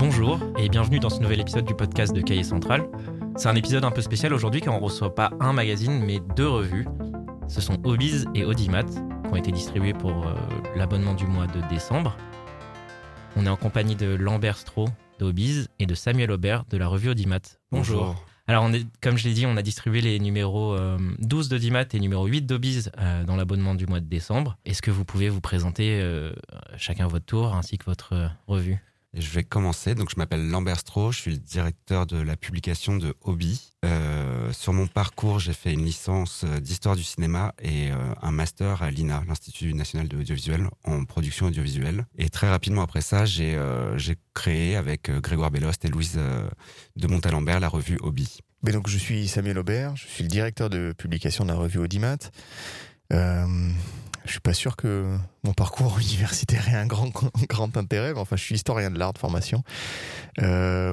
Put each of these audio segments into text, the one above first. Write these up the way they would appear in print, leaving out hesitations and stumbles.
Bonjour et bienvenue dans ce nouvel épisode du podcast de Cahiers Central. C'est un épisode un peu spécial aujourd'hui car on ne reçoit pas un magazine mais deux revues. Ce sont Hobbies et Audimat qui ont été distribués pour l'abonnement du mois de décembre. On est en compagnie de Lambert Stroh de Hobbies et de Samuel Aubert de la revue Audimat. Bonjour. Alors, comme je l'ai dit, on a distribué les numéros 12 d'Audimat et numéro 8 d'Hobbies dans l'abonnement du mois de décembre. Est-ce que vous pouvez vous présenter chacun à votre tour ainsi que votre revue ? Je vais commencer. Donc, je m'appelle Lambert Stroh, je suis le directeur de la publication de Hobby. Sur mon parcours, j'ai fait une licence d'histoire du cinéma et un master à l'INA, l'Institut national de l'audiovisuel, en production audiovisuelle. Et très rapidement après ça, j'ai créé avec Grégoire Bellost et Louise de Montalembert la revue Hobby. Mais donc, je suis Samuel Aubert, je suis le directeur de publication de la revue Audimat. Je suis pas sûr que mon parcours universitaire ait un grand intérêt, mais enfin, je suis historien de l'art de formation. Et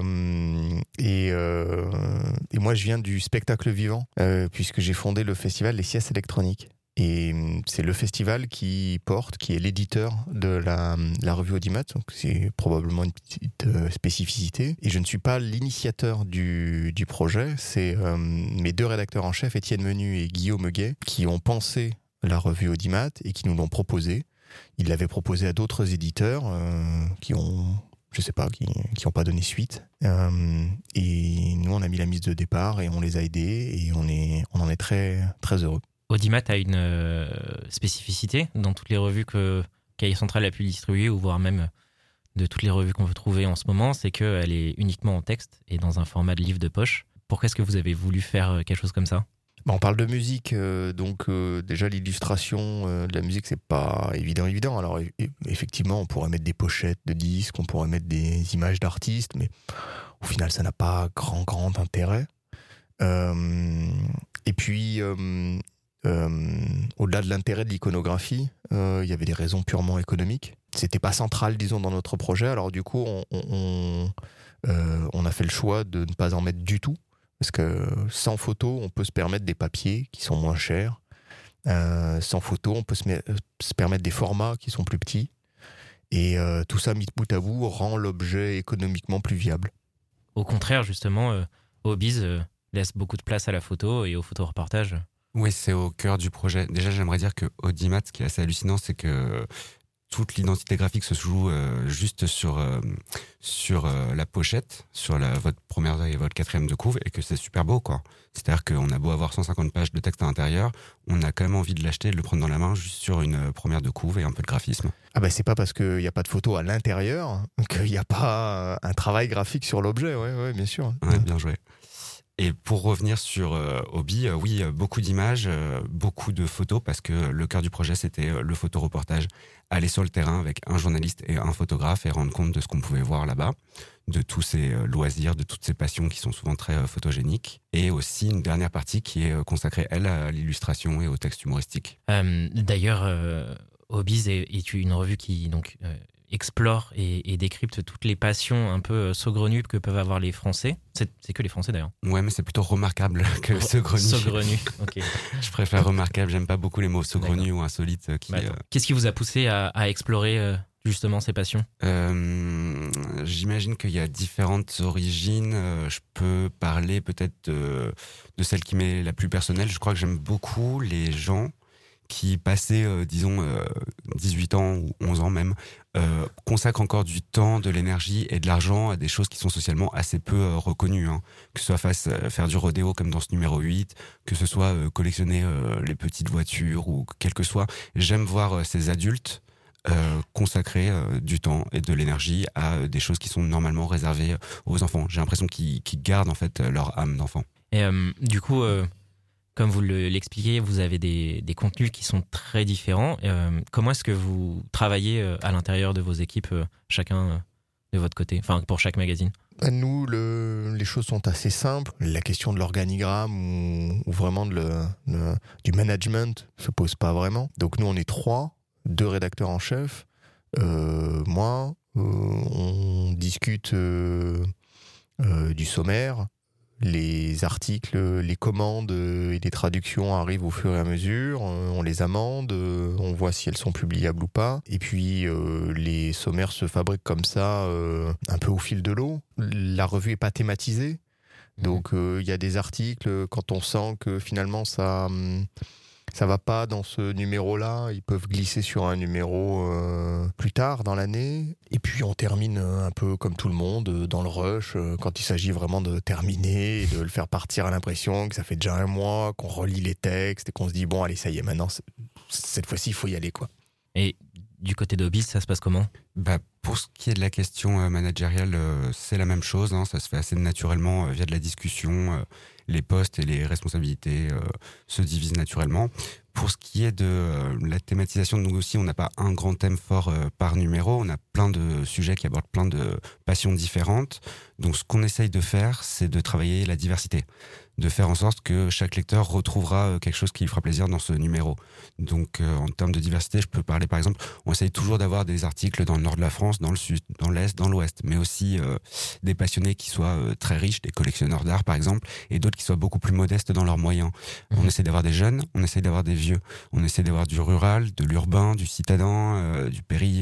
moi, je viens du spectacle vivant, puisque j'ai fondé le festival Les Siestes électroniques. Et c'est le festival qui est l'éditeur de la revue Audimat, donc c'est probablement une petite spécificité. Et je ne suis pas l'initiateur du projet, c'est mes deux rédacteurs en chef, Étienne Menu et Guillaume Meguet, qui ont pensé la revue Audimat et qui nous l'ont proposé. Ils l'avaient proposé à d'autres éditeurs qui ont pas donné suite. Et nous, on a mis la mise de départ et on les a aidés et on en est très, très heureux. Audimat a une spécificité dans toutes les revues que Cahiers Central a pu distribuer, ou voire même de toutes les revues qu'on peut trouver en ce moment, c'est qu'elle est uniquement en texte et dans un format de livre de poche. Pourquoi est-ce que vous avez voulu faire quelque chose comme ça ? On parle de musique, donc déjà l'illustration de la musique, c'est pas évident. Alors effectivement, on pourrait mettre des pochettes de disques, on pourrait mettre des images d'artistes, mais au final, ça n'a pas grand intérêt. Et puis, au-delà de l'intérêt de l'iconographie, il y avait des raisons purement économiques. C'était pas central, disons, dans notre projet. Alors du coup, on a fait le choix de ne pas en mettre du tout. Parce que sans photo, on peut se permettre des papiers qui sont moins chers. Sans photo, on peut se permettre des formats qui sont plus petits. Et tout ça, mis bout à bout, rend l'objet économiquement plus viable. Au contraire, justement, Hobbies laisse beaucoup de place à la photo et au photoreportage. Oui, c'est au cœur du projet. Déjà, j'aimerais dire que Audimat, ce qui est assez hallucinant, c'est que toute l'identité graphique se joue juste sur la pochette, sur votre première et votre quatrième de couve, et que c'est super beau, quoi. C'est-à-dire qu'on a beau avoir 150 pages de texte à l'intérieur, on a quand même envie de l'acheter, de le prendre dans la main, juste sur une première de couve et un peu de graphisme. Ah ben c'est pas parce qu'il n'y a pas de photo à l'intérieur qu'il n'y a pas un travail graphique sur l'objet, ouais, bien sûr. Ouais, bien joué. Et pour revenir sur Hobby, oui, beaucoup d'images, beaucoup de photos, parce que le cœur du projet, c'était le photoreportage. Aller sur le terrain avec un journaliste et un photographe et rendre compte de ce qu'on pouvait voir là-bas, de tous ces loisirs, de toutes ces passions qui sont souvent très photogéniques. Et aussi une dernière partie qui est consacrée, elle, à l'illustration et au texte humoristique. D'ailleurs, Hobbies est une revue qui explore et décrypte toutes les passions un peu saugrenues que peuvent avoir les Français. C'est que les Français d'ailleurs. Ouais, mais c'est plutôt remarquable que saugrenu. Saugrenu, ok. Je préfère remarquable, j'aime pas beaucoup les mots saugrenu ou insolite. Qu'est-ce qui vous a poussé à explorer justement ces passions ? J'imagine qu'il y a différentes origines. Je peux parler peut-être de celle qui m'est la plus personnelle. Je crois que j'aime beaucoup les gens qui passaient, 18 ans ou 11 ans même, consacrent encore du temps, de l'énergie et de l'argent à des choses qui sont socialement assez peu reconnues. Hein. Que ce soit faire du rodéo comme dans ce numéro 8, que ce soit collectionner les petites voitures ou quel que soit. J'aime voir ces adultes consacrer du temps et de l'énergie à des choses qui sont normalement réservées aux enfants. J'ai l'impression qu'ils gardent en fait leur âme d'enfant. Et du coup... Comme vous l'expliquez, vous avez des contenus qui sont très différents. Comment est-ce que vous travaillez à l'intérieur de vos équipes, chacun de votre côté, enfin pour chaque magazine ? Nous, les choses sont assez simples. La question de l'organigramme ou vraiment du management se pose pas vraiment. Donc nous, on est 3, 2 rédacteurs en chef. Moi, on discute du sommaire, Les articles, les commandes et les traductions arrivent au fur et à mesure. On les amende, on voit si elles sont publiables ou pas. Et puis les sommaires se fabriquent comme ça, un peu au fil de l'eau. La revue est pas thématisée. Donc il y a des articles, quand on sent que finalement ça va pas dans ce numéro-là, ils peuvent glisser sur un numéro plus tard dans l'année. Et puis on termine un peu comme tout le monde, dans le rush, quand il s'agit vraiment de terminer et de le faire partir à l'impression que ça fait déjà un mois, qu'on relit les textes et qu'on se dit bon allez ça y est, maintenant cette fois-ci il faut y aller quoi. Et du côté d'Obis, ça se passe comment ? Pour ce qui est de la question managériale, c'est la même chose, hein, ça se fait assez naturellement via de la discussion. Les postes et les responsabilités se divisent naturellement. Pour ce qui est de la thématisation, nous aussi, on n'a pas un grand thème fort par numéro. On a plein de sujets qui abordent plein de passions différentes. Donc, ce qu'on essaye de faire, c'est de travailler la diversité, de faire en sorte que chaque lecteur retrouvera quelque chose qui lui fera plaisir dans ce numéro. Donc, en termes de diversité, je peux parler, par exemple, on essaye toujours d'avoir des articles dans le nord de la France, dans le sud, dans l'est, dans l'ouest, mais aussi des passionnés qui soient très riches, des collectionneurs d'art, par exemple, et d'autres qui soient beaucoup plus modestes dans leurs moyens. On essaie d'avoir des jeunes, on essaie d'avoir des vieux, on essaie d'avoir du rural, de l'urbain, du citadin, du péri,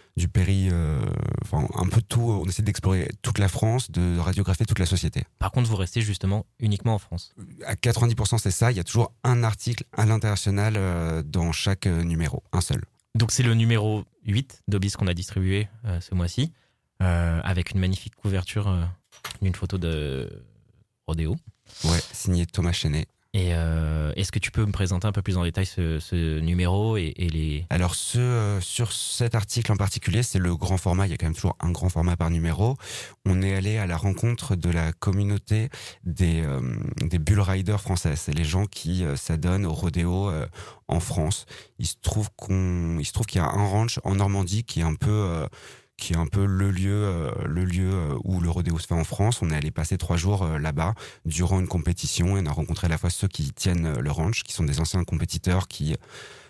enfin un peu de tout. On essaie d'explorer toute la France, de radiographier toute la société. Par contre, vous restez justement uniquement en France. À 90%, c'est ça. Il y a toujours un article à l'international dans chaque numéro, un seul. Donc c'est le numéro 8 d'Obis qu'on a distribué ce mois-ci, avec une magnifique couverture d'une photo de Rodéo. Ouais, signé Thomas Chenet. Et est-ce que tu peux me présenter un peu plus en détail ce numéro et les... Alors sur cet article en particulier, c'est le grand format, il y a quand même toujours un grand format par numéro. On est allé à la rencontre de la communauté des bull riders français. C'est les gens qui s'adonnent au rodéo en France. Il se trouve qu'il y a un ranch en Normandie qui est un peu le lieu où le rodéo se fait en France. On est allé passer 3 jours là-bas durant une compétition et on a rencontré à la fois ceux qui tiennent le ranch, qui sont des anciens compétiteurs qui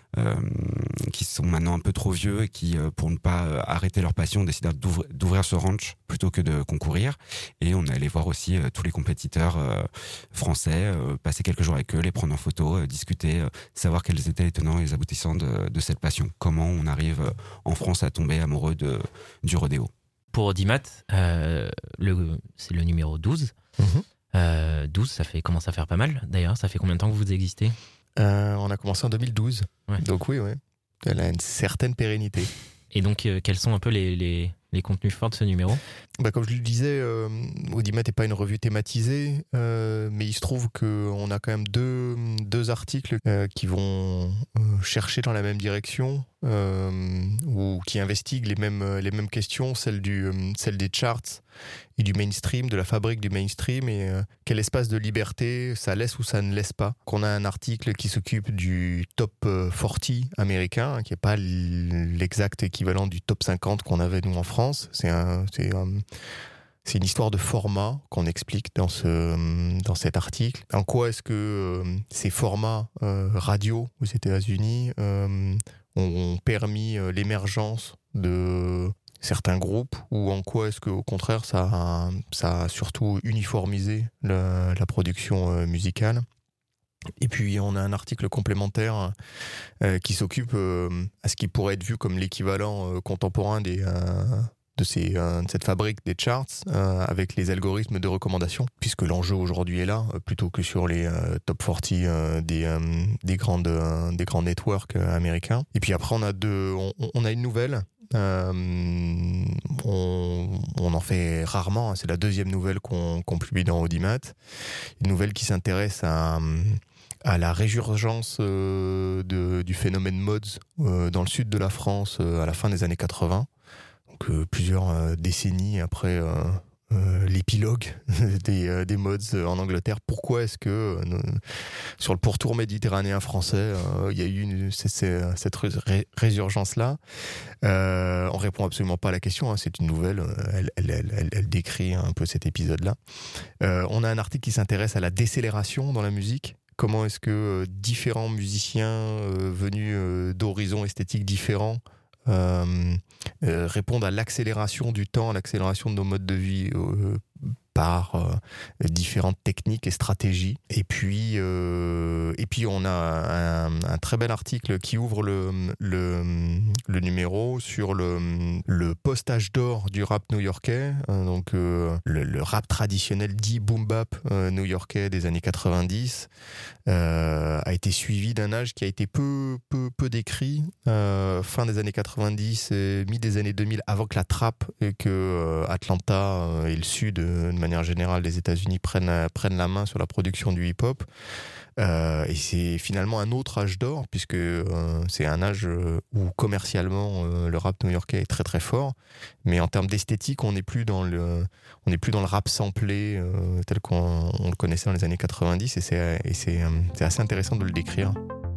sont maintenant un peu trop vieux et qui, pour ne pas arrêter leur passion, décident d'ouvrir ce ranch plutôt que de concourir. Et on est allé voir aussi tous les compétiteurs français, passer quelques jours avec eux, les prendre en photo, discuter, savoir quels étaient les tenants et les aboutissants de cette passion. Comment on arrive en France à tomber amoureux du rodéo. Pour Audimat, c'est le numéro 12. 12, ça commence à faire pas mal. D'ailleurs, ça fait combien de temps que vous existez ? On a commencé en 2012. Ouais. Donc oui, elle a une certaine pérennité. Et donc, quels sont un peu les contenus forts de ce numéro ? Comme je le disais, Audimat n'est pas une revue thématisée, mais il se trouve qu'on a quand même deux articles qui vont chercher dans la même direction ou qui investiguent les mêmes questions, celle des charts et du mainstream, de la fabrique du mainstream et quel espace de liberté ça laisse ou ça ne laisse pas. Qu'on a un article qui s'occupe du top 40 américain, qui n'est pas l'exact équivalent du top 50 qu'on avait nous en France. C'est une histoire de format qu'on explique dans cet article. En quoi est-ce que ces formats radio aux États-Unis ont permis l'émergence de certains groupes, ou en quoi est-ce qu'au contraire ça a surtout uniformisé la production musicale. Et puis on a un article complémentaire qui s'occupe à ce qui pourrait être vu comme l'équivalent contemporain de cette fabrique des charts avec les algorithmes de recommandation, puisque l'enjeu aujourd'hui est là, plutôt que sur les top 40 des grands networks américains. Et puis après on a une nouvelle. On en fait rarement, c'est la deuxième nouvelle qu'on publie dans Audimat, une nouvelle qui s'intéresse à la résurgence du phénomène mods dans le sud de la France à la fin des années 80, donc plusieurs décennies après l'épilogue des mods en Angleterre. Pourquoi est-ce que sur le pourtour méditerranéen français il y a eu cette résurgence-là? On répond absolument pas à la question, hein. C'est une nouvelle, elle décrit un peu cet épisode-là. On a un article qui s'intéresse à la décélération dans la musique. Comment est-ce que différents musiciens venus d'horizons esthétiques différents répondent à l'accélération du temps, à l'accélération de nos modes de vie par différentes techniques et stratégies. Et puis on a un très bel article qui ouvre le numéro sur le post-âge d'or du rap new-yorkais, donc le rap traditionnel dit boom-bap new-yorkais des années 90 a été suivi d'un âge qui a été peu décrit, fin des années 90 et mi des années 2000, avant que la trappe et que Atlanta et le sud, de manière générale, des États-Unis prennent la main sur la production du hip-hop. Et c'est finalement un autre âge d'or, puisque c'est un âge où commercialement le rap new-yorkais est très très fort, mais en termes d'esthétique, on n'est plus dans le rap samplé tel qu'on le connaissait dans les années 90, et c'est assez intéressant de le décrire.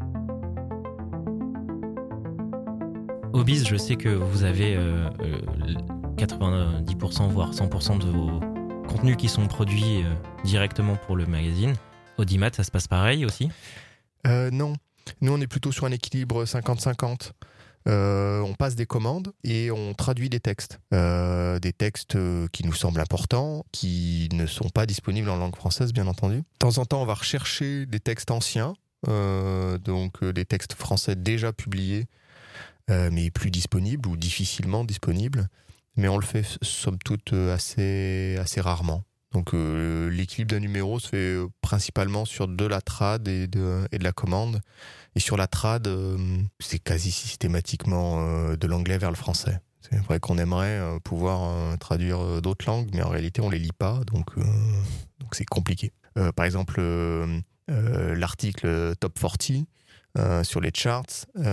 Obise, je sais que vous avez 90% voire 100% de vos contenus qui sont produits directement pour le magazine. Audimat, ça se passe pareil aussi ? Non. Nous, on est plutôt sur un équilibre 50-50. On passe des commandes et on traduit des textes. Des textes qui nous semblent importants, qui ne sont pas disponibles en langue française, bien entendu. De temps en temps, on va rechercher des textes anciens, donc des textes français déjà publiés, mais plus disponibles ou difficilement disponibles. Mais on le fait, somme toute, assez rarement. Donc l'équilibre d'un numéro se fait principalement sur de la trad et de la commande. Et sur la trad, c'est quasi systématiquement de l'anglais vers le français. C'est vrai qu'on aimerait pouvoir traduire d'autres langues, mais en réalité on les lit pas, donc c'est compliqué. Par exemple, l'article Top 40 sur les charts,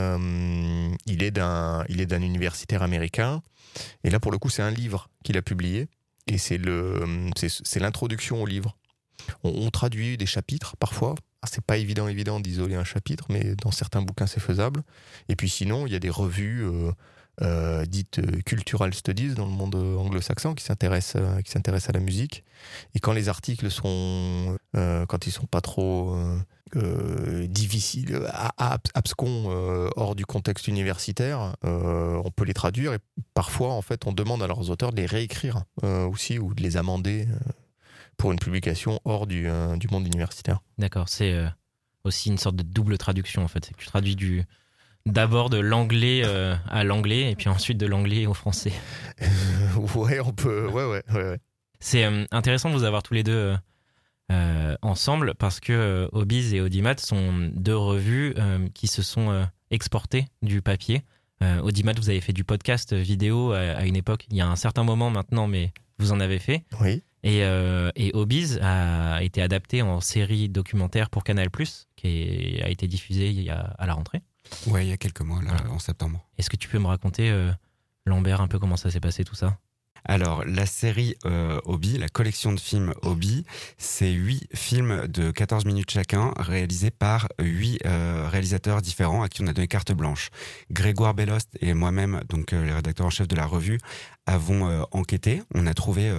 il est d'un universitaire américain. Et là, pour le coup, c'est un livre qu'il a publié. Et c'est l'introduction au livre. On traduit des chapitres parfois. C'est pas évident d'isoler un chapitre, mais dans certains bouquins c'est faisable. Et puis sinon, il y a des revues dites cultural studies dans le monde anglo-saxon qui s'intéressent à la musique. Et quand les articles sont pas trop difficiles, abscons, hors du contexte universitaire, on peut les traduire, et parfois en fait on demande à leurs auteurs de les réécrire aussi, ou de les amender pour une publication hors du monde universitaire. D'accord, c'est aussi une sorte de double traduction en fait. C'est que tu traduis d'abord de l'anglais à l'anglais et puis ensuite de l'anglais au français. Ouais, on peut. Ouais. C'est intéressant de vous avoir tous les deux ensemble, parce que Obise et Audimat sont deux revues qui se sont exportées du papier. Audimat, vous avez fait du podcast vidéo à une époque, il y a un certain moment maintenant, mais vous en avez fait. Oui. Et Obise a été adapté en série documentaire pour Canal+, qui a été diffusée à la rentrée. Ouais, il y a quelques mois, là, en septembre. Est-ce que tu peux me raconter, Lambert, un peu comment ça s'est passé tout ça ? Alors, la série Obi, la collection de films Obi, c'est 8 films de 14 minutes chacun, réalisés par 8 réalisateurs différents à qui on a donné carte blanche. Grégoire Bellost et moi-même, donc les rédacteurs en chef de la revue, avons enquêté. On a trouvé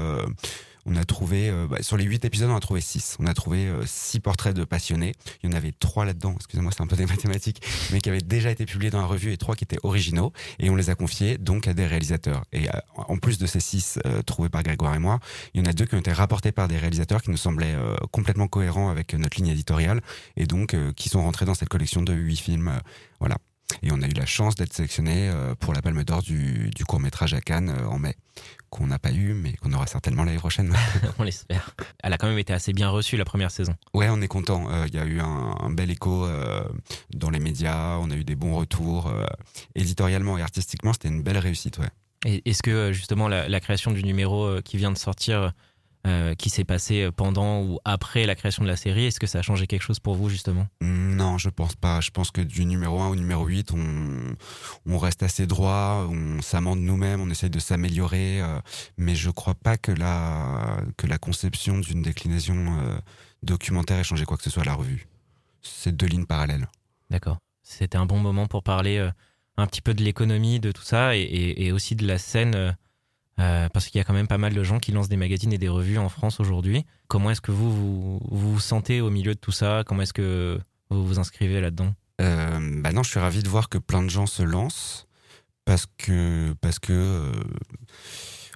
sur les 8 épisodes, on a trouvé 6. On a trouvé 6 portraits de passionnés. Il y en avait 3 là-dedans, excusez-moi, c'est un peu des mathématiques, mais qui avaient déjà été publiés dans la revue, et 3 qui étaient originaux. Et on les a confiés donc à des réalisateurs. Et en plus de ces 6 trouvés par Grégoire et moi, il y en a 2 qui ont été rapportés par des réalisateurs qui nous semblaient complètement cohérents avec notre ligne éditoriale, et donc qui sont rentrés dans cette collection de 8 films. Voilà. Et on a eu la chance d'être sélectionné pour la Palme d'Or du court-métrage à Cannes en mai, qu'on n'a pas eu, mais qu'on aura certainement l'année prochaine. On l'espère. Elle a quand même été assez bien reçue la première saison. Ouais, on est content. Il y a eu un bel écho dans les médias, on a eu des bons retours. Éditorialement et artistiquement, c'était une belle réussite, ouais. Et est-ce que justement la création du numéro qui vient de sortir, qui s'est passé pendant ou après la création de la série, est-ce que ça a changé quelque chose pour vous justement ? Non, je pense pas. Je pense que du numéro 1 au numéro 8, on reste assez droit, on s'amende nous-mêmes, on essaye de s'améliorer, mais je crois pas que la conception d'une déclinaison documentaire ait changé quoi que ce soit à la revue. C'est 2 lignes parallèles. D'accord. C'était un bon moment pour parler un petit peu de l'économie, de tout ça, et aussi de la scène. Parce qu'il y a quand même pas mal de gens qui lancent des magazines et des revues en France aujourd'hui. Comment est-ce que vous sentez au milieu de tout ça ? Comment est-ce que vous vous inscrivez là-dedans ? Non, je suis ravi de voir que plein de gens se lancent parce que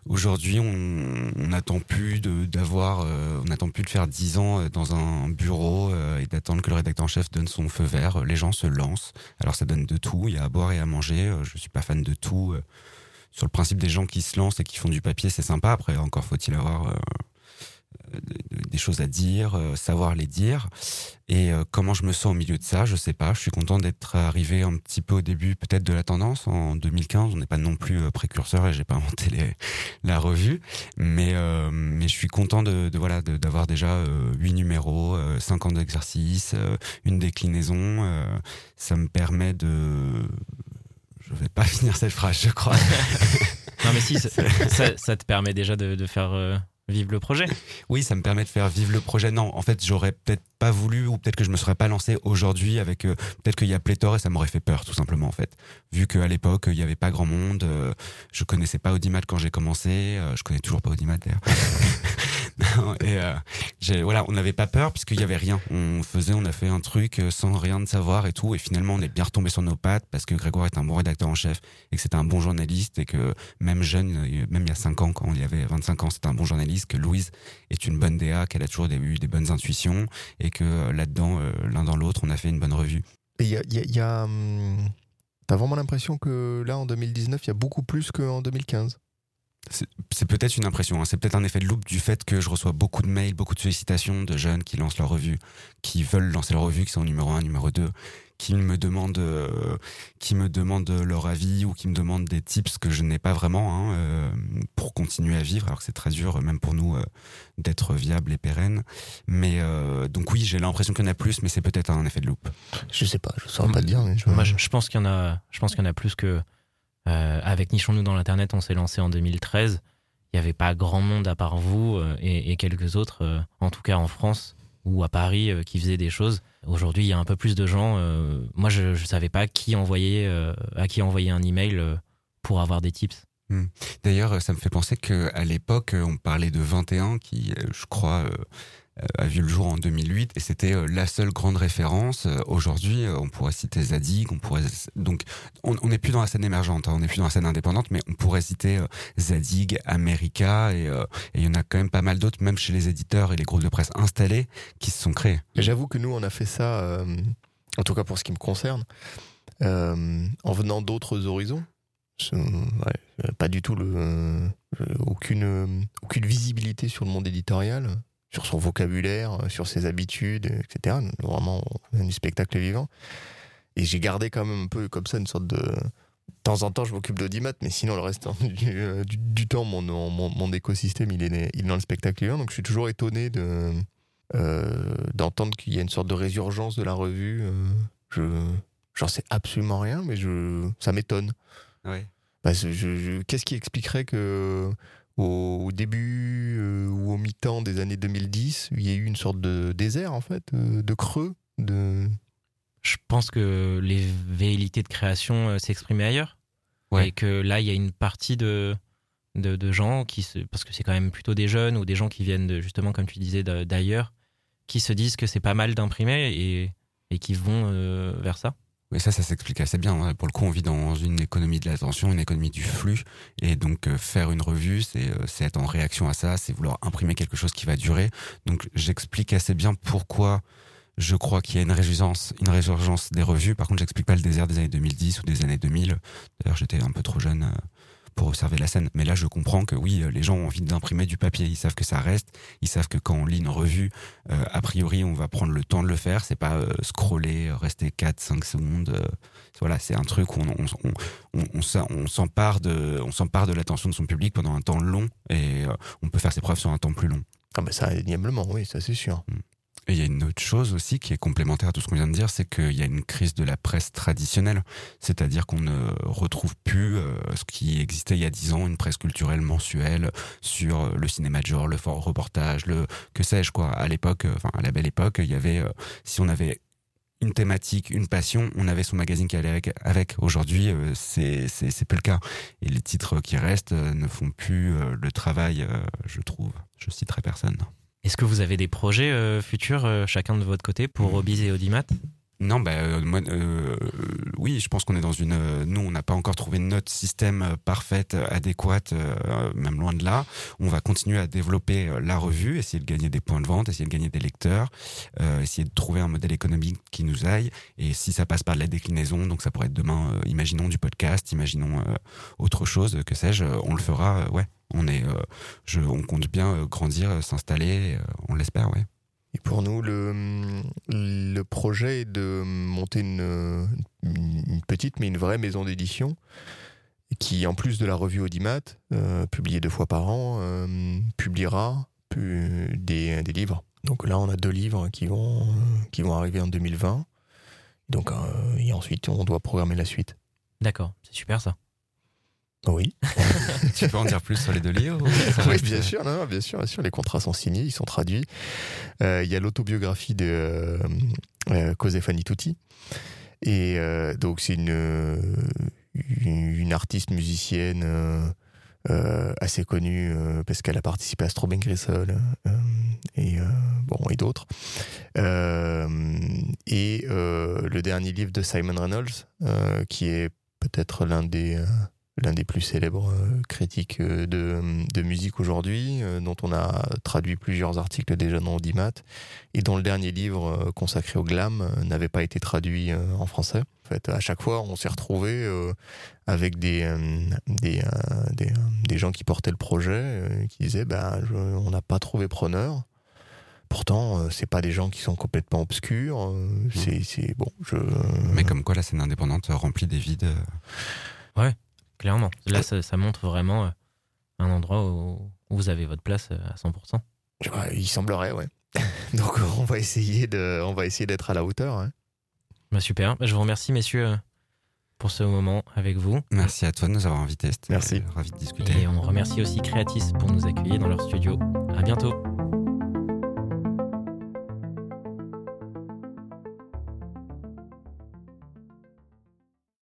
Aujourd'hui, on n'attend plus on n'attend plus de faire 10 ans dans un bureau et d'attendre que le rédacteur en chef donne son feu vert. Les gens se lancent. Alors ça donne de tout. Il y a à boire et à manger. Je suis pas fan de tout. Sur le principe des gens qui se lancent et qui font du papier, c'est sympa. Après, encore faut-il avoir des choses à dire, savoir les dire. Et comment je me sens au milieu de ça, je sais pas. Je suis content d'être arrivé un petit peu au début peut-être de la tendance en 2015. On n'est pas non plus précurseur et j'ai pas inventé la revue, mais je suis content d'avoir déjà 8 numéros, 5 ans d'exercice, une déclinaison. Ça me permet de... Je vais pas finir cette phrase, je crois. Non mais si, ça te permet déjà de faire vivre le projet. Oui, ça me permet de faire vivre le projet. Non, en fait, j'aurais peut-être pas voulu ou peut-être que je me serais pas lancé aujourd'hui avec peut-être qu'il y a pléthore et ça m'aurait fait peur tout simplement en fait. Vu qu'à l'époque il y avait pas grand monde, je connaissais pas Audimat quand j'ai commencé, je connais toujours pas Audimat d'ailleurs. Et voilà, on n'avait pas peur puisqu'il y avait rien. On a fait un truc sans rien de savoir et tout, et finalement on est bien retombé sur nos pattes parce que Grégoire est un bon rédacteur en chef et que c'était un bon journaliste et que même jeune, même il y a 5 ans quand il y avait 25 ans, c'était un bon journaliste, que Louise est une bonne DA, qu'elle a toujours eu des bonnes intuitions et que là-dedans, l'un dans l'autre, on a fait une bonne revue. Et t'as vraiment l'impression que là en 2019 il y a beaucoup plus qu'en 2015? C'est peut-être une impression, hein. C'est peut-être un effet de loupe du fait que je reçois beaucoup de mails, beaucoup de sollicitations de jeunes qui lancent leur revue, qui veulent lancer leur revue, qui sont au numéro 1, numéro 2, qui me demandent leur avis ou qui me demandent des tips que je n'ai pas vraiment pour continuer à vivre, alors que c'est très dur même pour nous d'être viable et pérenne. Mais donc oui, j'ai l'impression qu'il y en a plus, mais c'est peut-être un effet de loupe. Je sais pas, je saurais pas te dire. Mais Moi, je pense qu'il y en a plus que... avec Nichons-nous dans l'internet, on s'est lancé en 2013. Il n'y avait pas grand monde à part vous et quelques autres, en tout cas en France ou à Paris, qui faisaient des choses. Aujourd'hui, il y a un peu plus de gens. Moi, je savais pas à qui envoyer un email pour avoir des tips. D'ailleurs, ça me fait penser qu'à l'époque, on parlait de 21 qui, je crois, a vu le jour en 2008 et c'était la seule grande référence. Aujourd'hui, on pourrait citer Zadig, donc on n'est plus dans la scène émergente, on n'est plus dans la scène indépendante, mais on pourrait citer Zadig, America et il y en a quand même pas mal d'autres, même chez les éditeurs et les groupes de presse installés, qui se sont créés. Et j'avoue que nous, on a fait ça, en tout cas pour ce qui me concerne, en venant d'autres horizons. Pas du tout aucune visibilité sur le monde éditorial, sur son vocabulaire, sur ses habitudes, etc. Vraiment du spectacle vivant. Et j'ai gardé quand même un peu comme ça une sorte de... De temps en temps, je m'occupe d'Audimat, mais sinon, le reste du temps, mon écosystème, il est dans le spectacle vivant. Donc, je suis toujours étonné d'entendre qu'il y a une sorte de résurgence de la revue. J'en sais absolument rien, mais ça m'étonne. Ouais. Qu'est-ce qui expliquerait que au début ou au mi-temps des années 2010, il y a eu une sorte de désert, en fait, de creux, Je pense que les velléités de création s'exprimaient ailleurs. Ouais. Et que là, il y a une partie de gens parce que c'est quand même plutôt des jeunes ou des gens qui viennent justement, comme tu disais, d'ailleurs, qui se disent que c'est pas mal d'imprimer et qui vont vers ça. Oui, ça s'explique assez bien. Pour le coup, on vit dans une économie de l'attention, une économie du flux. Et donc, faire une revue, c'est être en réaction à ça, c'est vouloir imprimer quelque chose qui va durer. Donc, j'explique assez bien pourquoi je crois qu'il y a une résurgence des revues. Par contre, j'explique pas le désert des années 2010 ou des années 2000. D'ailleurs, j'étais un peu trop jeune pour observer la scène. Mais là, je comprends que oui, les gens ont envie d'imprimer du papier. Ils savent que ça reste. Ils savent que quand on lit une revue, a priori, on va prendre le temps de le faire. C'est pas scroller, rester 4-5 secondes. Voilà, c'est un truc où on s'empare de l'attention de son public pendant un temps long et on peut faire ses preuves sur un temps plus long. Ah ben ça, indéniablement, oui, ça c'est sûr. Et il y a une autre chose aussi qui est complémentaire à tout ce qu'on vient de dire, c'est qu'il y a une crise de la presse traditionnelle. C'est-à-dire qu'on ne retrouve plus ce qui existait il y a 10 ans, une presse culturelle mensuelle sur le cinéma de genre, le reportage, que sais-je quoi. À l'époque, à la belle époque, il y avait, si on avait une thématique, une passion, on avait son magazine qui allait avec. Aujourd'hui, c'est plus le cas. Et les titres qui restent ne font plus le travail, je trouve. Je citerai personne. Est-ce que vous avez des projets futurs, chacun de votre côté, pour Obiz et Audimat ? Non, moi, oui, je pense qu'on est dans une. Nous, on n'a pas encore trouvé notre système parfait, adéquat, même loin de là. On va continuer à développer la revue, essayer de gagner des points de vente, essayer de gagner des lecteurs, essayer de trouver un modèle économique qui nous aille. Et si ça passe par de la déclinaison, donc ça pourrait être demain, imaginons du podcast, imaginons autre chose, que sais-je, on le fera. Ouais, on compte bien grandir, s'installer, on l'espère, ouais. Et pour nous, le projet est de monter une petite mais une vraie maison d'édition qui, en plus de la revue Audimat, publiée 2 fois par an, publiera des livres. Donc là, on a 2 livres qui vont arriver en 2020. Donc, et ensuite, on doit programmer la suite. D'accord, c'est super ça. Oui. Tu peux en dire plus sur les 2 livres Oui, bien sûr, non, bien sûr. Les contrats sont signés, ils sont traduits. Il y a l'autobiographie de Cosefani Tutti. Et donc, c'est une artiste musicienne assez connue parce qu'elle a participé à Straubing Grissel et d'autres. Et le dernier livre de Simon Reynolds, qui est peut-être l'un des plus célèbres critiques de musique aujourd'hui, dont on a traduit plusieurs articles déjà dans Audimat, et dont le dernier livre consacré au glam n'avait pas été traduit en français. En fait, à chaque fois, on s'est retrouvé avec des gens qui portaient le projet, qui disaient on n'a pas trouvé preneur. Pourtant, c'est pas des gens qui sont complètement obscurs. C'est bon. Mais comme quoi, la scène indépendante remplit des vides. Ouais. Clairement. Là, ça montre vraiment un endroit où vous avez votre place à 100%. Il semblerait, ouais. Donc, on va essayer d'être à la hauteur. Hein. Super. Je vous remercie, messieurs, pour ce moment avec vous. Merci à toi de nous avoir invités. Merci. Ravi de discuter. Et on remercie aussi Creatis pour nous accueillir dans leur studio. À bientôt.